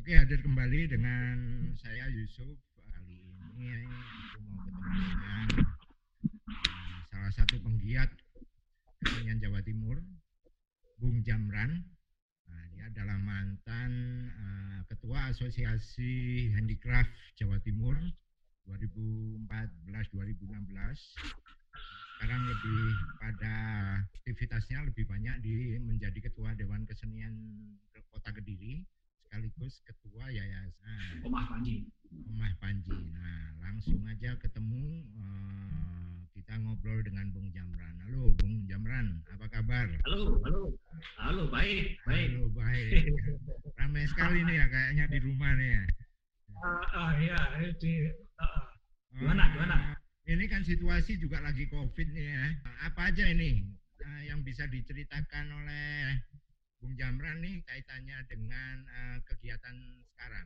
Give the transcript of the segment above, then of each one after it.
Oke, hadir kembali dengan saya Yusuf. Kali ini aku mau ketemu dengan salah satu penggiat kesenian Jawa Timur, Bung Jamran. Nah, dia adalah mantan Ketua Asosiasi Handicraft Jawa Timur 2014-2016. Sekarang lebih pada aktivitasnya lebih banyak menjadi Ketua Dewan Kesenian Kota Kediri, sekaligus Ketua Yayasan Omah Panji. Nah, langsung aja ketemu, kita ngobrol dengan Bung Jamran. Halo Bung Jamran, apa kabar? Halo, baik. Halo, baik. Ramai sekali nih ya kayaknya di rumah nih ya. Gimana? Ini kan situasi juga lagi COVID nih ya. Apa aja ini yang bisa diceritakan oleh Bung Jamran nih kaitannya dengan kegiatan sekarang?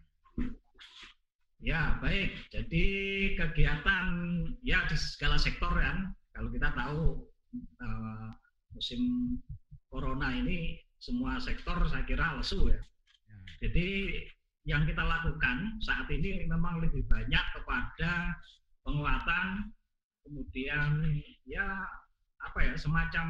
Ya, baik. Jadi kegiatan ya di segala sektor kan. Kalau kita tahu musim corona ini semua sektor saya kira lesu ya. Jadi yang kita lakukan saat ini memang lebih banyak kepada penguatan, kemudian ya semacam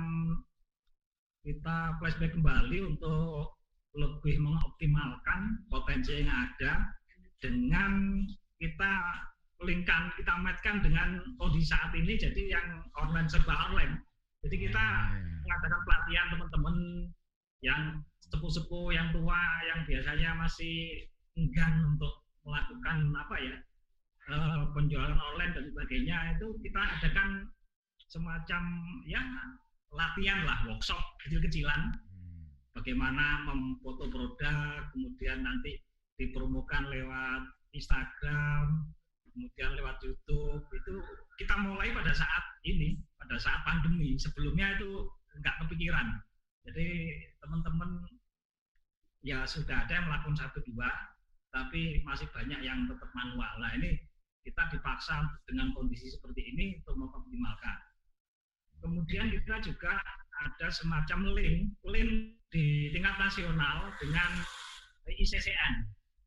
kita flashback kembali untuk lebih mengoptimalkan potensi yang ada dengan kita matchkan dengan kondisi saat ini, jadi yang online serba online. Jadi kita mengadakan pelatihan teman-teman yang sepuh-sepuh, yang tua, yang biasanya masih enggan untuk melakukan penjualan online dan sebagainya, itu kita adakan semacam ya latihan lah, workshop kecil-kecilan bagaimana memfoto produk, kemudian nanti dipromokan lewat Instagram, kemudian lewat YouTube. Itu kita mulai pada saat ini, pada saat pandemi. Sebelumnya itu nggak kepikiran. Jadi teman-teman ya sudah ada yang melakukan 1-2, tapi masih banyak yang tetap manual. Nah, ini kita dipaksa dengan kondisi seperti ini untuk mengoptimalkan. Kemudian kita juga ada semacam link di tingkat nasional dengan ICCN,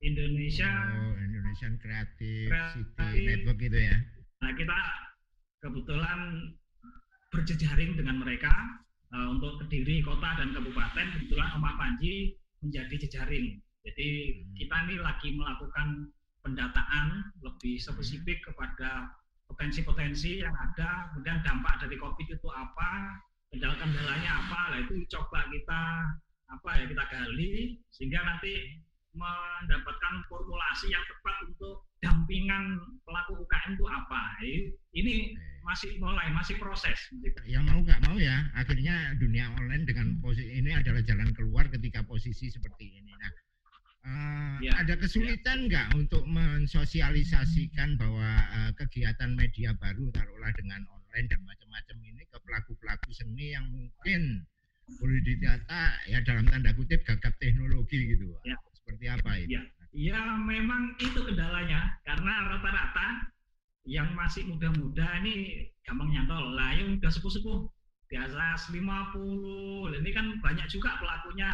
Indonesian Creative City Network gitu ya. Nah, kita kebetulan berjejaring dengan mereka untuk Kediri kota dan kabupaten. Kebetulan Omah Panji menjadi jejaring. Jadi kita ini lagi melakukan pendataan lebih spesifik kepada potensi-potensi yang ada, kemudian dampak dari COVID itu apa, kendala-kendalanya apa. Nah, itu coba kita gali sehingga nanti mendapatkan formulasi yang tepat untuk dampingan pelaku UKM itu apa. Ini masih proses. Yang mau nggak mau ya, akhirnya dunia online dengan posisi ini adalah jalan keluar ketika posisi seperti ini. Nah, ada kesulitan nggak untuk mensosialisasikan bahwa kegiatan media baru, taruhlah dengan online dan macam-macam ini, ke pelaku-pelaku seni yang mungkin boleh didata ya dalam tanda kutip gagap teknologi gitu, seperti apa itu? Ya memang itu kendalanya, karena rata-rata yang masih muda-muda ini gampang nyantol. Lah yang udah sepuh-sepuh di atas 50, ini kan banyak juga pelakunya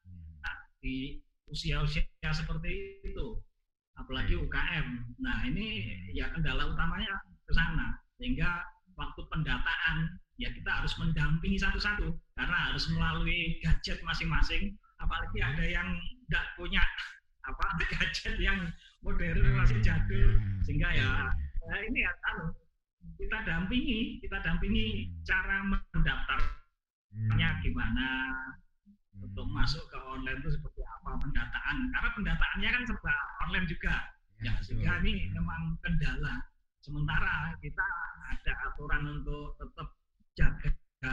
di usia-usia seperti itu, apalagi UKM. Nah, ini ya kendala utamanya ke sana, sehingga waktu pendataan ya kita harus mendampingi satu-satu, karena harus melalui gadget masing-masing, apalagi ada yang nggak punya gadget yang modern, masih jadul, sehingga ya ini ya kita dampingi cara mendaftarnya gimana, untuk masuk ke online itu seperti apa pendataan, karena pendataannya kan serba online juga ya, sehingga ini memang kendala. Sementara kita ada aturan untuk tetap jaga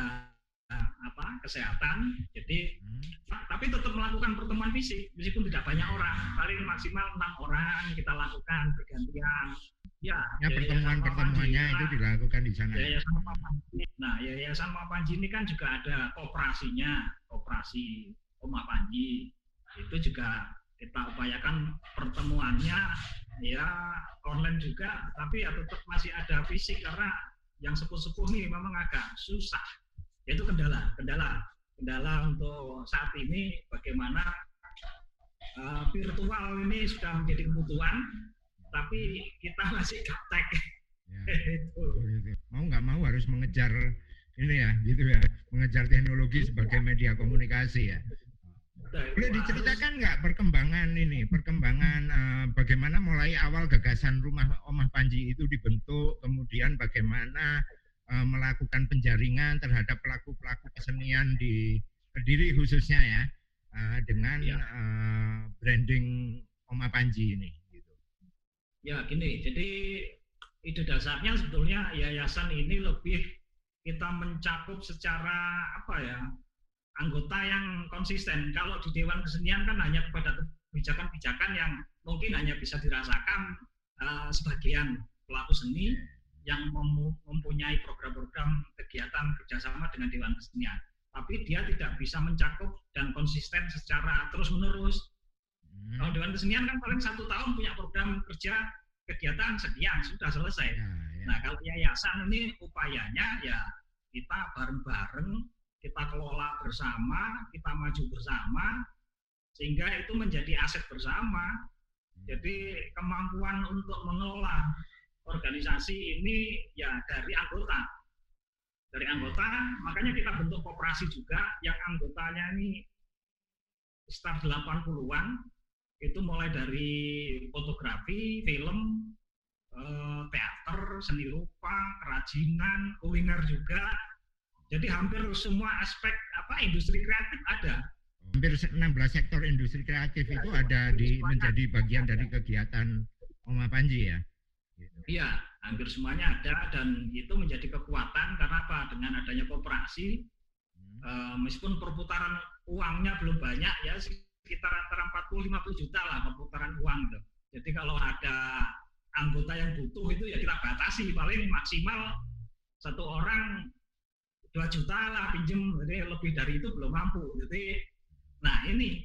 kesehatan, jadi tapi tetap melakukan pertemuan fisik meskipun tidak banyak orang, paling maksimal 6 orang kita lakukan bergantian. Pertemuannya itu dilakukan di sana. Yayasan Omah Panji ini kan juga ada kooperasinya, Koperasi Omah Panji. Itu juga kita upayakan pertemuannya ya online juga, tapi ya tetap masih ada fisik, karena yang sepuh-sepuh nih memang agak susah. Itu kendala untuk saat ini, bagaimana virtual ini sudah menjadi kebutuhan, tapi kita masih gaptek. Ya. Gitu. Mau nggak mau harus mengejar ini ya, gitu ya, mengejar teknologi sebagai media komunikasi ya. Boleh diceritakan nggak perkembangan bagaimana mulai awal gagasan rumah Omah Panji itu dibentuk, kemudian bagaimana melakukan penjaringan terhadap pelaku-pelaku kesenian di Kediri khususnya ya, dengan branding Omah Panji ini. Gitu. Ya gini, jadi ide dasarnya sebetulnya yayasan ini lebih kita mencakup secara apa ya, anggota yang konsisten. Kalau di Dewan Kesenian kan hanya kepada kebijakan-kebijakan yang mungkin hanya bisa dirasakan sebagian pelaku seni yang mempunyai program-program kegiatan kerjasama dengan Dewan Kesenian. Tapi dia tidak bisa mencakup dan konsisten secara terus-menerus. Kalau Dewan Kesenian kan paling 1 tahun punya program kerja kegiatan sekian, sudah selesai. Nah, kalau yayasan ini upayanya ya kita bareng-bareng, kita kelola bersama, kita maju bersama, sehingga itu menjadi aset bersama. Jadi kemampuan untuk mengelola organisasi ini ya dari anggota. Dari anggota, makanya kita bentuk koperasi juga yang anggotanya ini start 80-an, itu mulai dari fotografi, film, teater, seni rupa, kerajinan, kuliner juga. Jadi hampir semua aspek industri kreatif ada. Hampir 16 sektor industri kreatif itu ada menjadi bagian dari kegiatan Omah Panji ya. Iya, hampir semuanya ada dan itu menjadi kekuatan karena apa? Dengan adanya koperasi, meskipun perputaran uangnya belum banyak ya, sekitar antara 40-50 juta lah perputaran uang gitu. Jadi kalau ada anggota yang butuh itu ya kita batasi, paling maksimal 1 orang 2 juta lah pinjem, jadi lebih dari itu belum mampu. Jadi, nah ini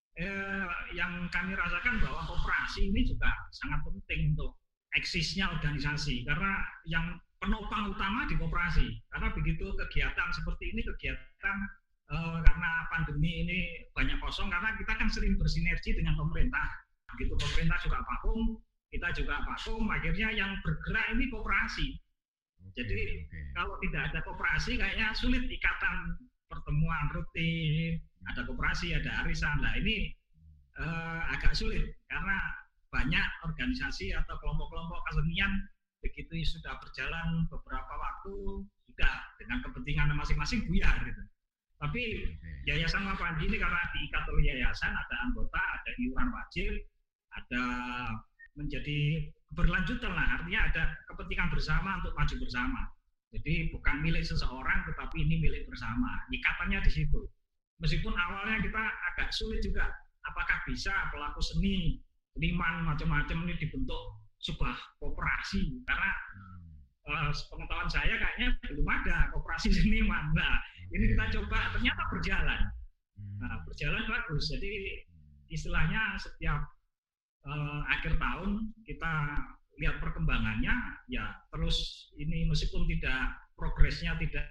yang kami rasakan bahwa koperasi ini juga sangat penting untuk eksisnya organisasi, karena yang penopang utama di koperasi. Karena begitu kegiatan seperti ini, kegiatan karena pandemi ini banyak kosong, karena kita kan sering bersinergi dengan pemerintah. Begitu pemerintah juga vakum, kita juga vakum, akhirnya yang bergerak ini koperasi. Jadi kalau tidak ada koperasi kayaknya sulit ikatan pertemuan rutin, ada koperasi, ada arisan. Nah ini agak sulit karena banyak organisasi atau kelompok-kelompok kesenian begitu sudah berjalan beberapa waktu sudah dengan kepentingan masing-masing buyar gitu. Tapi Yayasan Omah Panji ini karena diikat oleh yayasan, ada anggota, ada iuran wajib, ada menjadi berlanjutan lah, artinya ada kepentingan bersama untuk maju bersama. Jadi bukan milik seseorang, tetapi ini milik bersama. Ikatannya di situ. Meskipun awalnya kita agak sulit juga, apakah bisa pelaku seni, seniman macam-macam ini dibentuk sebuah koperasi? Karena pengetahuan saya kayaknya belum ada koperasi seniman. Nah, ini kita coba, ternyata berjalan. Nah, berjalan bagus. Jadi istilahnya setiap akhir tahun kita lihat perkembangannya, ya terus ini meskipun tidak progresnya tidak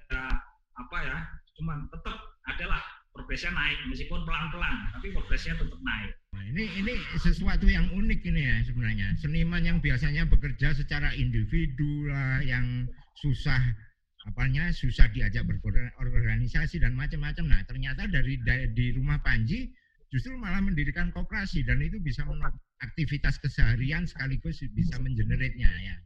cuman tetap adalah progresnya naik meskipun pelan-pelan, tapi progresnya tetap naik. Nah, ini sesuatu yang unik ini ya sebenarnya. Seniman yang biasanya bekerja secara individu lah, yang susah diajak berorganisasi dan macam-macam. Nah, ternyata di Rumah Panji justru malah mendirikan koperasi dan itu bisa menopang aktivitas keseharian sekaligus bisa mengenerate-nya ya.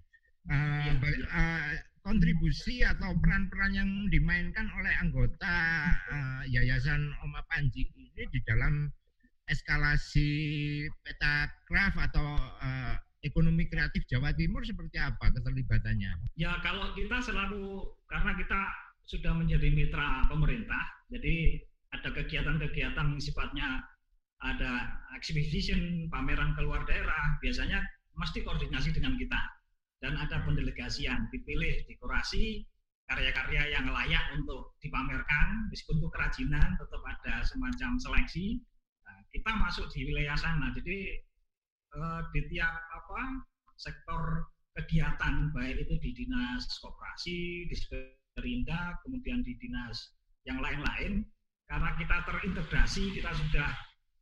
Kontribusi atau peran-peran yang dimainkan oleh anggota Yayasan Omah Panji ini di dalam eskalasi peta craft atau ekonomi kreatif Jawa Timur seperti apa keterlibatannya? Ya kalau kita selalu, karena kita sudah menjadi mitra pemerintah, jadi ada kegiatan-kegiatan sifatnya ada exhibition, pameran keluar daerah, biasanya mesti koordinasi dengan kita. Dan ada pendelegasian, dipilih dekorasi, karya-karya yang layak untuk dipamerkan, meskipun itu kerajinan, tetap ada semacam seleksi. Nah, kita masuk di wilayah sana, jadi di tiap sektor kegiatan, baik itu di dinas koperasi, di Perinda, kemudian di dinas yang lain-lain, karena kita terintegrasi, kita sudah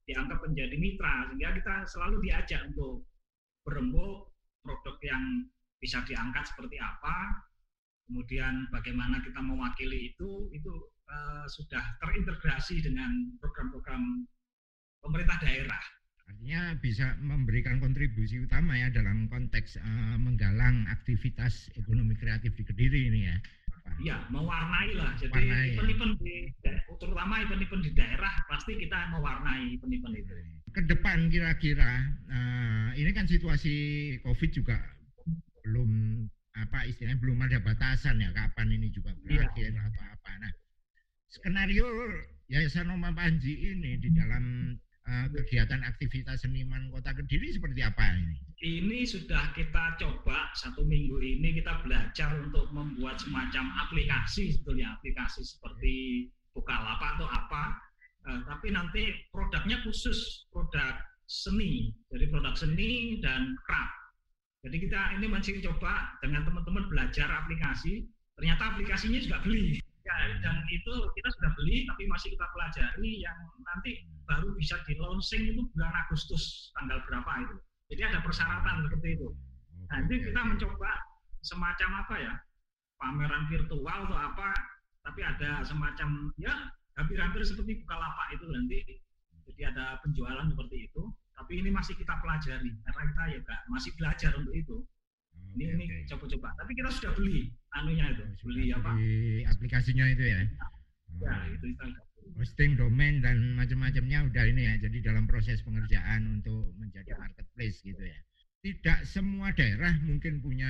dianggap menjadi mitra, sehingga kita selalu diajak untuk berembuk produk yang bisa diangkat seperti apa, kemudian bagaimana kita mewakili itu sudah terintegrasi dengan program-program pemerintah daerah. Artinya bisa memberikan kontribusi utama ya dalam konteks menggalang aktivitas ekonomi kreatif di Kediri ini ya. Iya, mewarnai lah. Jadi event-event terutama event-event di daerah pasti kita mewarnai event-event itu. Ke depan kira-kira ini kan situasi COVID juga belum istilahnya belum ada batasan ya kapan ini juga berakhir atau apa. Nah, skenario Yayasan Oma Panji ini di dalam kegiatan aktivitas seniman Kota Kediri seperti apa ini? Ini sudah kita coba 1 minggu ini, kita belajar untuk membuat semacam aplikasi, sebetulnya aplikasi seperti Bukalapak atau apa, tapi nanti produknya khusus produk seni, jadi produk seni dan craft. Jadi kita ini masih coba dengan teman-teman belajar aplikasi, ternyata aplikasinya juga beli. Ya, dan itu kita sudah beli, tapi masih kita pelajari yang nanti baru bisa di launching itu bulan Agustus tanggal berapa itu. Jadi ada persyaratan seperti itu. Nanti kita mencoba semacam apa ya, pameran virtual atau apa, tapi ada semacam ya hampir-hampir seperti Bukalapak itu nanti. Jadi ada penjualan seperti itu. Tapi ini masih kita pelajari karena kita ya masih belajar untuk itu. Ini coba-coba. Tapi kita sudah beli anunya itu, beli apa? Aplikasinya itu ya. Ya, itu kita hosting, domain dan macam-macamnya udah ini ya. Jadi dalam proses pengerjaan untuk menjadi marketplace gitu ya. Tidak semua daerah mungkin punya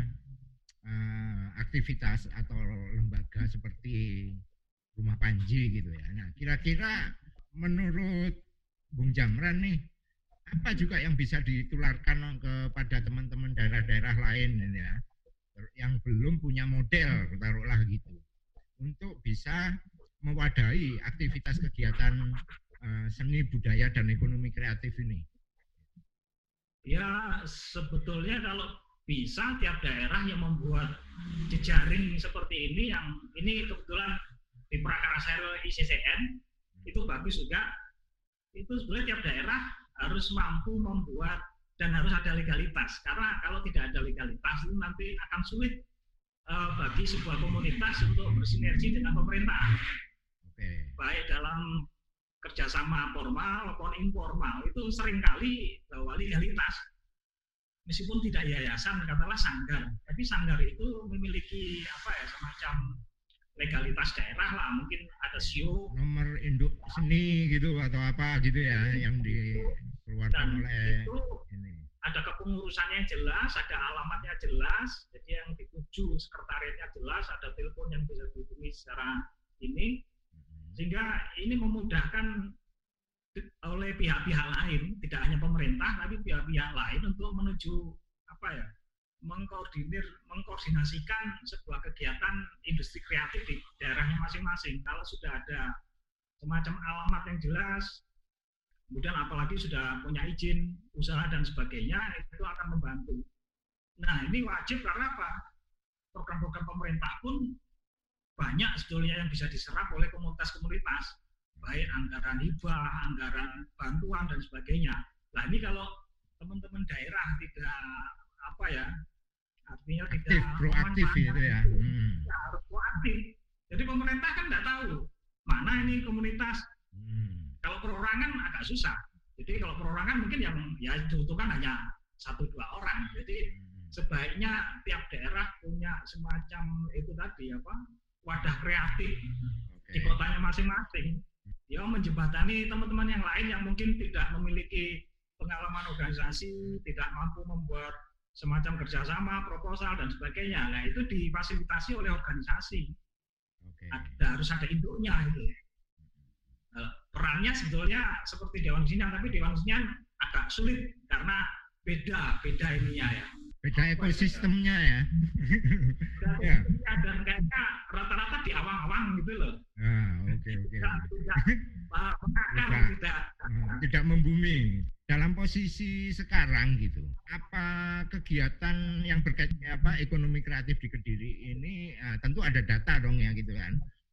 aktivitas atau lembaga seperti Rumah Panji gitu ya. Nah, kira-kira menurut Bung Jamran nih, apa juga yang bisa ditularkan kepada teman-teman daerah-daerah lain ya, yang belum punya model, taruhlah gitu, untuk bisa mewadahi aktivitas kegiatan seni, budaya, dan ekonomi kreatif ini? Ya, sebetulnya kalau bisa tiap daerah yang membuat jejaring seperti ini, yang ini kebetulan di Prakarya ICCN, itu bagus juga. Itu sebenarnya tiap daerah harus mampu membuat dan harus ada legalitas, karena kalau tidak ada legalitas itu nanti akan sulit bagi sebuah komunitas untuk bersinergi dengan pemerintah, baik dalam kerjasama formal maupun informal. Itu seringkali bahwa legalitas, meskipun tidak yayasan, katakanlah sanggar, tapi sanggar itu memiliki apa ya, semacam legalitas daerah lah, mungkin ada SIO, nomor induk seni gitu atau apa gitu ya, yang dikeluarkan oleh itu ini. Ada kepengurusannya yang jelas, ada alamatnya jelas, jadi yang dituju sekretariatnya jelas, ada telepon yang bisa dihubungi secara ini, sehingga ini memudahkan oleh pihak-pihak lain, tidak hanya pemerintah, tapi pihak-pihak lain untuk menuju apa ya, mengkoordinasikan sebuah kegiatan industri kreatif di daerahnya masing-masing. Kalau sudah ada semacam alamat yang jelas, kemudian apalagi sudah punya izin usaha dan sebagainya, itu akan membantu. Nah, ini wajib karena apa? Program-program pemerintah pun banyak sebetulnya yang bisa diserap oleh komunitas-komunitas, baik anggaran hibah, anggaran bantuan dan sebagainya. Nah, ini kalau teman-teman daerah tidak apa ya, artinya tidak proaktif itu ya. Harus proaktif. Jadi pemerintah kan tidak tahu mana ini komunitas. Kalau perorangan agak susah. Jadi kalau perorangan mungkin yang ya dibutuhkan hanya 1-2 orang. Jadi sebaiknya tiap daerah punya semacam itu tadi apa, wadah kreatif di kotanya masing-masing. Ya menjembatani teman-teman yang lain yang mungkin tidak memiliki pengalaman organisasi, tidak mampu membuat semacam kerjasama, proposal dan sebagainya. Nah itu difasilitasi oleh organisasi. Harus ada induknya itu. Perannya sebetulnya seperti Dewan Kesenian, tapi Dewan Kesenian agak sulit karena beda ininya ya. Beda ekosistemnya ya. Ya. Dan kayaknya rata-rata di awang-awang gitu loh. Tidak membumi. Dalam posisi sekarang gitu, apa kegiatan yang berkaitan ekonomi kreatif di Kediri ini tentu ada data dong ya gitu kan. Nah,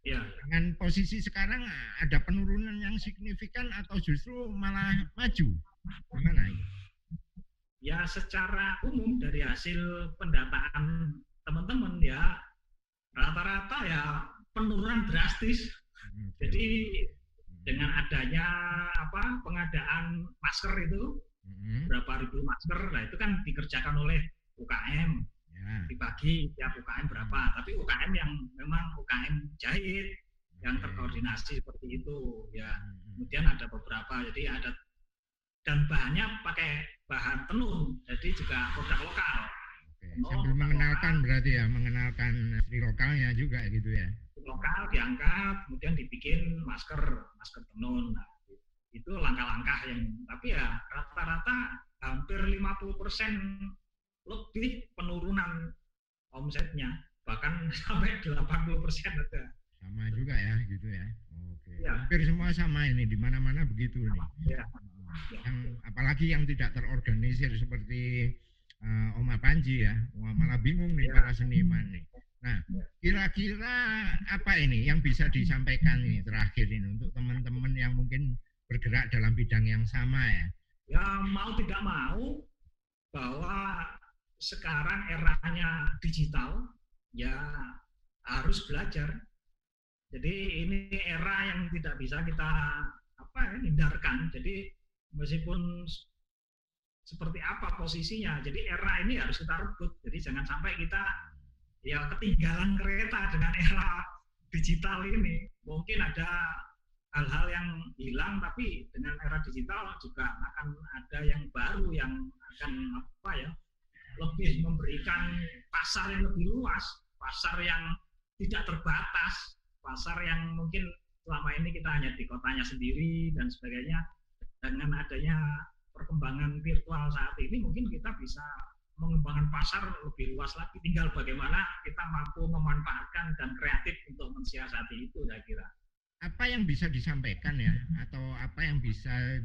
Ya. Dengan posisi sekarang ada penurunan yang signifikan atau justru malah maju? Gimana ini? Ya secara umum dari hasil pendataan teman-teman ya rata-rata ya penurunan drastis. Jadi dengan adanya pengadaan masker itu berapa ribu masker, nah itu kan dikerjakan oleh UKM, dibagi tiap UKM berapa, tapi UKM yang memang UKM jahit yang terkoordinasi seperti itu ya. Kemudian ada beberapa, jadi ada dan bahannya pakai bahan tenun, jadi juga produk lokal. Sambil mengenalkan lokal, berarti ya, mengenalkan istri lokalnya juga gitu ya. Lokal diangkat, kemudian dibikin masker tenun. Nah, itu langkah-langkah yang, tapi ya rata-rata hampir 50% lebih penurunan omsetnya, bahkan sampai 80% ada. Sama juga ya, gitu ya. Oke. Ya. Hampir semua sama ini, di mana-mana begitu nih. Ya. Yang apalagi yang tidak terorganisir seperti Oma Panji ya, malah bingung nih para seniman nih. Nah, kira-kira apa ini yang bisa disampaikan ini terakhir ini untuk teman-teman yang mungkin bergerak dalam bidang yang sama ya? Ya mau tidak mau bahwa sekarang eranya digital, ya harus belajar. Jadi ini era yang tidak bisa kita hindarkan. Jadi meskipun seperti apa posisinya, jadi era ini harus kita rebut. Jadi jangan sampai kita ya ketinggalan kereta dengan era digital ini. Mungkin ada hal-hal yang hilang, tapi dengan era digital juga akan ada yang baru yang akan lebih memberikan pasar yang lebih luas, pasar yang tidak terbatas, pasar yang mungkin selama ini kita hanya di kotanya sendiri dan sebagainya. Dengan adanya perkembangan virtual saat ini mungkin kita bisa mengembangkan pasar lebih luas lagi, tinggal bagaimana kita mampu memanfaatkan dan kreatif untuk mensiasati itu, saya kira. Apa yang bisa disampaikan ya, atau apa yang bisa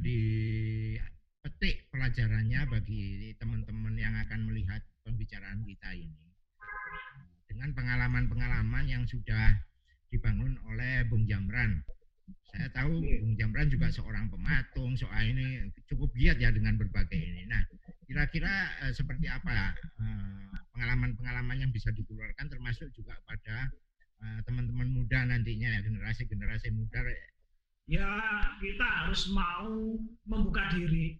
dipetik pelajarannya bagi teman-teman yang akan melihat pembicaraan kita ini dengan pengalaman-pengalaman yang sudah dibangun oleh Bung Jamran. Saya tahu Bung Jamran juga seorang pematung, soal ini cukup giat ya dengan berbagai ini. Nah, kira-kira seperti apa pengalaman-pengalaman yang bisa dikeluarkan termasuk juga pada teman-teman muda nantinya ya, generasi-generasi muda. Ya, kita harus mau membuka diri,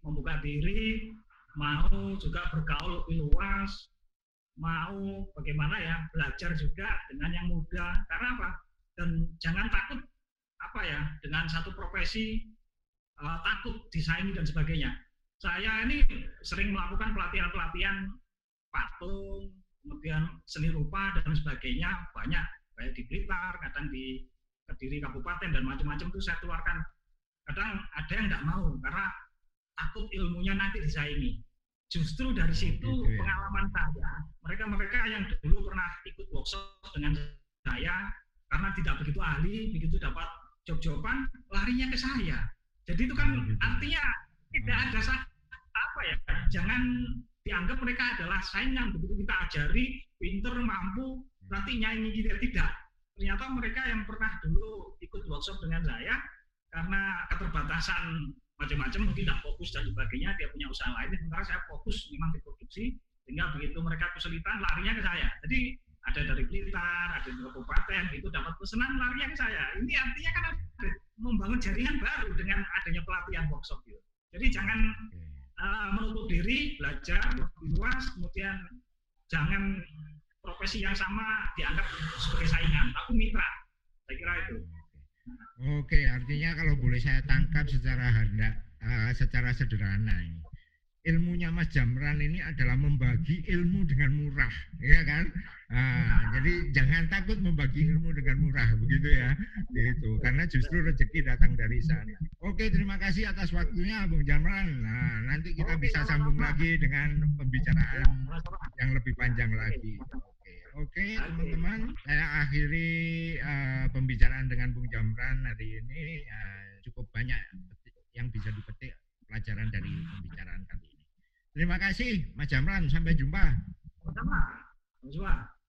mau juga bergaul lebih luas, mau bagaimana ya belajar juga dengan yang muda. Karena apa? Dan jangan takut dengan satu profesi takut disaingi dan sebagainya. Saya ini sering melakukan pelatihan-pelatihan patung, kemudian seni rupa dan sebagainya, banyak kayak di Blitar, kadang di Kediri Kabupaten dan macam-macam itu saya keluarkan. Kadang ada yang nggak mau karena takut ilmunya nanti disaingi. Justru dari situ pengalaman saya, mereka yang dulu pernah ikut workshop dengan saya karena tidak begitu ahli, begitu dapat job-joban, larinya ke saya. Jadi itu kan artinya tidak ada jangan dianggap mereka adalah saingan, begitu kita ajari, pinter, mampu, nanti nyanyi kita, tidak. Ternyata mereka yang pernah dulu ikut workshop dengan saya, karena keterbatasan macam-macam, mungkin tidak fokus dan sebagainya, dia punya usaha lain, sementara saya fokus memang di produksi, sehingga begitu mereka kesulitan, larinya ke saya. Jadi ada dari Blitar, ada dari kabupaten, itu dapat pesanan larinya ke saya. Ini artinya kan ada membangun jaringan baru dengan adanya pelatihan workshop itu. Jadi jangan menutup diri, belajar lebih luas, kemudian jangan profesi yang sama dianggap sebagai saingan, tapi mitra. Saya kira itu. Oke, artinya kalau boleh saya tangkap secara sederhana ini, ilmunya Mas Jamran ini adalah membagi ilmu dengan murah, ya kan? Jadi jangan takut membagi ilmu dengan murah, begitu ya, gitu. Karena justru rezeki datang dari sana. Oke, terima kasih atas waktunya, Bung Jamran. Nah, nanti kita bisa sambung lagi dengan pembicaraan yang lebih panjang lagi. Oke, teman-teman, saya akhiri pembicaraan dengan Bung Jamran hari ini. Cukup banyak yang bisa dipetik pelajaran dari pembicaraan kali ini. Terima kasih, Mas Jamran. Sampai jumpa. Sama.